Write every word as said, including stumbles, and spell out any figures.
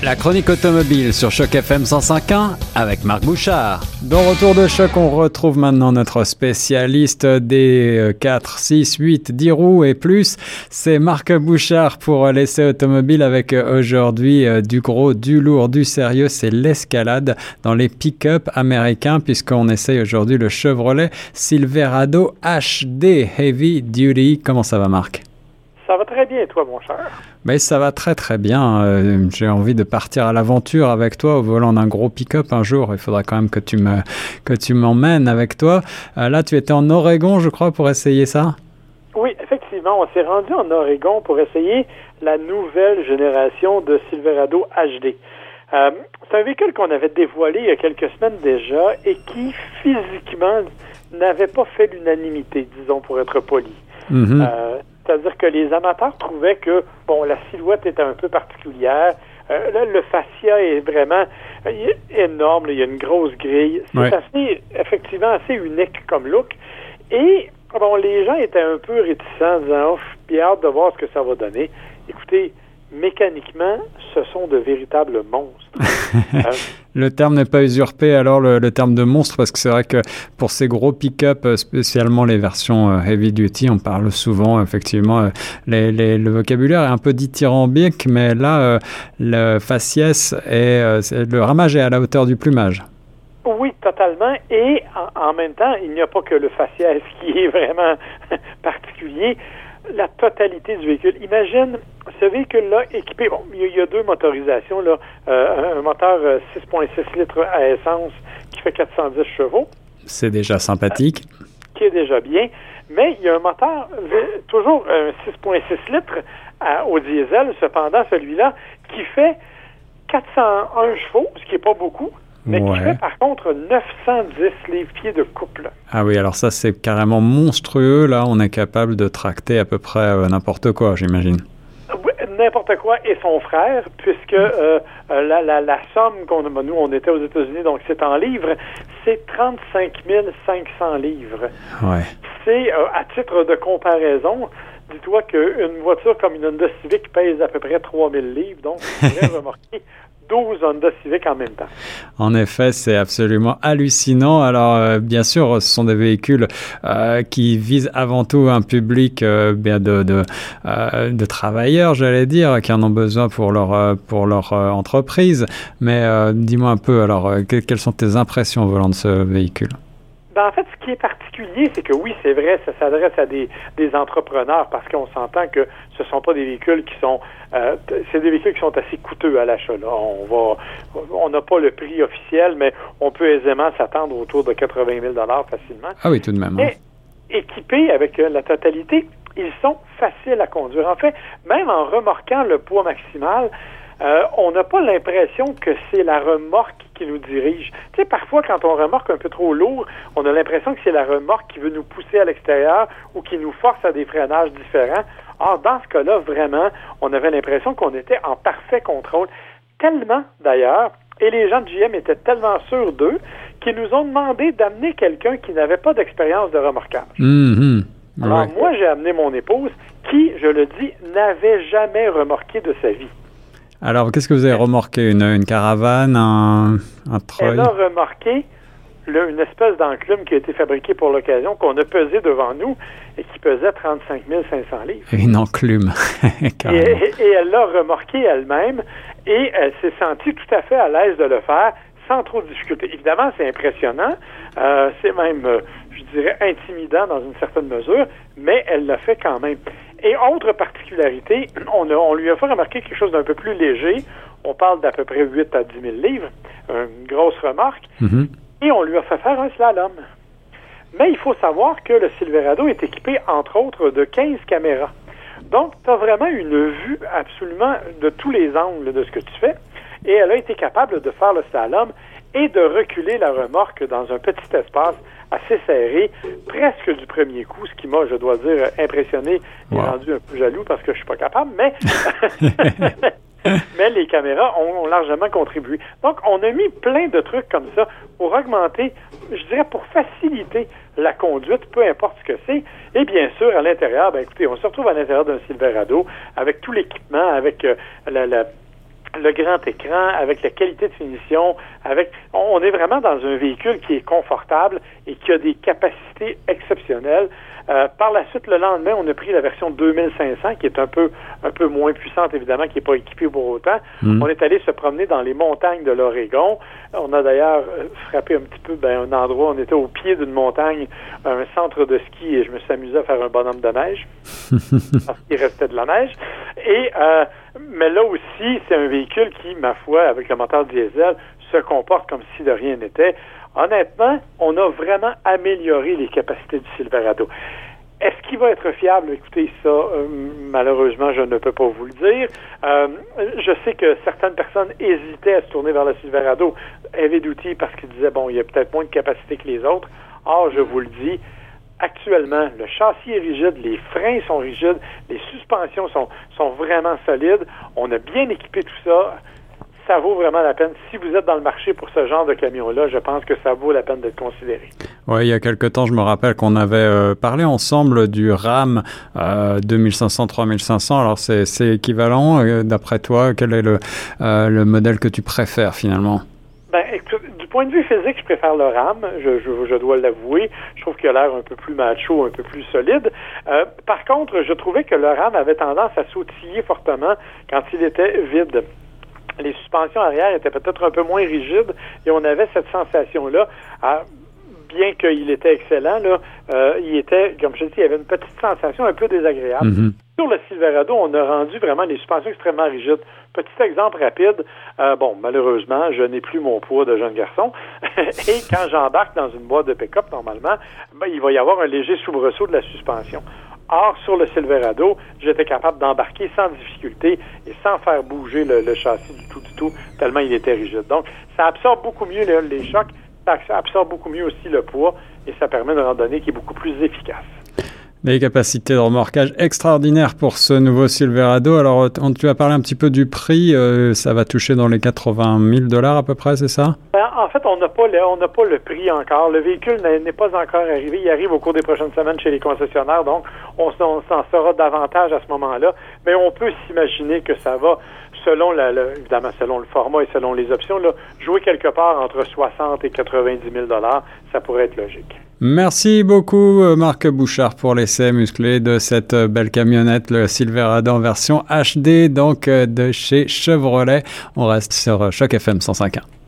La chronique automobile sur Choc F M cent cinq point un avec Marc Bouchard. Dans Retour de Choc, on retrouve maintenant notre spécialiste des quatre, six, huit, dix roues et plus. C'est Marc Bouchard pour l'essai automobile avec aujourd'hui du gros, du lourd, du sérieux. C'est l'escalade dans les pick-up américains puisqu'on essaye aujourd'hui le Chevrolet Silverado H D Heavy Duty. Comment ça va, Marc? Ça va très bien, toi, mon cher. Ben, ça va très, très bien. Euh, j'ai envie de partir à l'aventure avec toi au volant d'un gros pick-up un jour. Il faudra quand même que tu me, que tu m'emmènes avec toi. Euh, là, tu étais en Oregon, je crois, pour essayer ça? Oui, effectivement. On s'est rendu en Oregon pour essayer la nouvelle génération de Silverado H D. Euh, c'est un véhicule qu'on avait dévoilé il y a quelques semaines déjà et qui, physiquement, n'avait pas fait l'unanimité, disons, pour être poli. Mm-hmm. Euh, C'est-à-dire que les amateurs trouvaient que, bon, la silhouette était un peu particulière. Euh, là, le fascia est vraiment euh, énorme. Là, il y a une grosse grille. C'est ouais. assez, effectivement, assez unique comme look. Et, bon, les gens étaient un peu réticents, disant, oh, j'ai hâte de voir ce que ça va donner. Écoutez, mécaniquement, ce sont de véritables monstres. euh, le terme n'est pas usurpé, alors, le, le terme de monstre, parce que c'est vrai que pour ces gros pick-up, spécialement les versions heavy duty, on parle souvent, effectivement, les, les, le vocabulaire est un peu dithyrambique, mais là, euh, le faciès et euh, le ramage est à la hauteur du plumage. Oui, totalement. Et en, en même temps, il n'y a pas que le faciès qui est vraiment particulier. La totalité du véhicule. Imagine ce véhicule-là équipé, bon, il y, y a deux motorisations, là, euh, un moteur euh, six virgule six litres à essence qui fait quatre cent dix chevaux. C'est déjà sympathique. Euh, qui est déjà bien, mais il y a un moteur, euh, toujours un six virgule six litres à, au diesel, cependant celui-là, qui fait quatre cent un chevaux, ce qui n'est pas beaucoup, mais ouais. qui fait par contre neuf cent dix livres-pieds de couple. Ah oui, alors ça c'est carrément monstrueux, là on est capable de tracter à peu près euh, n'importe quoi, j'imagine. Oui, n'importe quoi et son frère, puisque euh, la, la, la somme qu'on a, nous on était aux États-Unis, donc c'est en livres, c'est trente-cinq mille cinq cents livres. Ouais. C'est, euh, à titre de comparaison, dis-toi qu'une voiture comme une Honda Civic pèse à peu près trois mille livres, donc tu pourrais remarquer douze Honda Civic en même temps. En effet, c'est absolument hallucinant. Alors, euh, bien sûr, ce sont des véhicules euh, qui visent avant tout un public euh, bien de, de, euh, de travailleurs, j'allais dire, qui en ont besoin pour leur, euh, pour leur euh, entreprise. Mais euh, dis-moi un peu, alors, euh, que, quelles sont tes impressions au volant de ce véhicule? Ben, en fait, ce qui est particulier, c'est que oui, c'est vrai, ça s'adresse à des, des entrepreneurs parce qu'on s'entend que ce ne sont pas des véhicules qui sont... Euh, c'est des véhicules qui sont assez coûteux à l'achat. Là. On va, on n'a pas le prix officiel, mais on peut aisément s'attendre autour de quatre-vingt mille dollars facilement. Ah oui, tout de même. Hein. Et équipés avec euh, la totalité, ils sont faciles à conduire. En fait, même en remorquant le poids maximal, Euh, on n'a pas l'impression que c'est la remorque qui nous dirige. Tu sais, parfois, quand on remorque un peu trop lourd, on a l'impression que c'est la remorque qui veut nous pousser à l'extérieur ou qui nous force à des freinages différents. Or, dans ce cas-là, vraiment, on avait l'impression qu'on était en parfait contrôle. Tellement, d'ailleurs, et les gens de G M étaient tellement sûrs d'eux qu'ils nous ont demandé d'amener quelqu'un qui n'avait pas d'expérience de remorquage. Mm-hmm. Alors, ouais. moi, j'ai amené mon épouse qui, je le dis, n'avait jamais remorqué de sa vie. Alors, qu'est-ce que vous avez remorqué? Une, une caravane, un, un treuil? Elle a remorqué le, une espèce d'enclume qui a été fabriquée pour l'occasion, qu'on a pesé devant nous et qui pesait trente-cinq mille cinq cents livres. Une enclume. et, et, et elle l'a remorqué elle-même et elle s'est sentie tout à fait à l'aise de le faire sans trop de difficulté. Évidemment, c'est impressionnant. Euh, c'est même, euh, je dirais, intimidant dans une certaine mesure, mais elle l'a fait quand même. Et autre particularité, on, a, on lui a fait remarquer quelque chose d'un peu plus léger. On parle d'à peu près huit à dix mille livres, une grosse remorque, mm-hmm. et on lui a fait faire un slalom. Mais il faut savoir que le Silverado est équipé, entre autres, de quinze caméras. Donc, tu as vraiment une vue absolument de tous les angles de ce que tu fais, et elle a été capable de faire le slalom et de reculer la remorque dans un petit espace assez serré, presque du premier coup, ce qui m'a, je dois dire, impressionné et wow. rendu un peu jaloux parce que je suis pas capable, mais mais les caméras ont, ont largement contribué. Donc, on a mis plein de trucs comme ça pour augmenter, je dirais, pour faciliter la conduite, peu importe ce que c'est. Et bien sûr, à l'intérieur, ben écoutez, on se retrouve à l'intérieur d'un Silverado avec tout l'équipement, avec euh, la, la le grand écran, avec la qualité de finition, avec on est vraiment dans un véhicule qui est confortable et qui a des capacités exceptionnelles. Euh, par la suite, le lendemain, on a pris la version deux mille cinq cents, qui est un peu un peu moins puissante, évidemment, qui n'est pas équipée pour autant. Mmh. On est allé se promener dans les montagnes de l'Oregon. On a d'ailleurs euh, frappé un petit peu ben, un endroit, on était au pied d'une montagne, un centre de ski, et je me suis amusé à faire un bonhomme de neige, parce qu'il restait de la neige. Et euh, mais là aussi, c'est un véhicule qui, ma foi, avec le moteur diesel, se comporte comme si de rien n'était. Honnêtement, on a vraiment amélioré les capacités du Silverado. Est-ce qu'il va être fiable? Écoutez, ça, euh, malheureusement, je ne peux pas vous le dire. Euh, je sais que certaines personnes hésitaient à se tourner vers le Silverado, avaient d'outils parce qu'ils disaient, bon, il y a peut-être moins de capacité que les autres. Or, je vous le dis, actuellement, le châssis est rigide, les freins sont rigides, les suspensions sont, sont vraiment solides. On a bien équipé tout ça. Ça vaut vraiment la peine. Si vous êtes dans le marché pour ce genre de camion-là, je pense que ça vaut la peine d'être considéré. Oui, il y a quelque temps, je me rappelle qu'on avait euh, parlé ensemble du RAM euh, deux mille cinq cents, trois mille cinq cents. Alors, c'est, c'est équivalent. Euh, d'après toi, quel est le, euh, le modèle que tu préfères finalement? Ben, écoute, du point de vue physique, je préfère le RAM, je, je, je dois l'avouer. Je trouve qu'il a l'air un peu plus macho, un peu plus solide. Euh, par contre, je trouvais que le RAM avait tendance à sautiller fortement quand il était vide. Les suspensions arrière étaient peut-être un peu moins rigides et on avait cette sensation-là. À, bien qu'il était excellent, là, euh, il était, comme je dis, il y avait une petite sensation un peu désagréable. Mm-hmm. Sur le Silverado, on a rendu vraiment les suspensions extrêmement rigides. Petit exemple rapide, euh, bon, malheureusement, je n'ai plus mon poids de jeune garçon. Et quand j'embarque dans une boîte de pick-up, normalement, ben, il va y avoir un léger soubresaut de la suspension. Or, sur le Silverado, j'étais capable d'embarquer sans difficulté et sans faire bouger le, le châssis du tout, du tout, tellement il était rigide. Donc, ça absorbe beaucoup mieux les, les chocs, ça absorbe beaucoup mieux aussi le poids et ça permet une randonnée qui est beaucoup plus efficace. Des capacités de remorquage extraordinaires pour ce nouveau Silverado. Alors, on, tu as parlé un petit peu du prix. Euh, ça va toucher dans les quatre-vingt mille dollars à peu près, c'est ça? Ben, en fait, on n'a pas le, on n'a pas le prix encore. Le véhicule n'est, n'est pas encore arrivé. Il arrive au cours des prochaines semaines chez les concessionnaires, donc on, on s'en saura davantage à ce moment-là. Mais on peut s'imaginer que ça va, selon la, le, évidemment selon le format et selon les options, là, jouer quelque part entre soixante et quatre-vingt-dix mille dollars. Ça pourrait être logique. Merci beaucoup Marc Bouchard pour l'essai musclé de cette belle camionnette, le Silverado en version H D, donc de chez Chevrolet. On reste sur Choc F M cent cinq point un.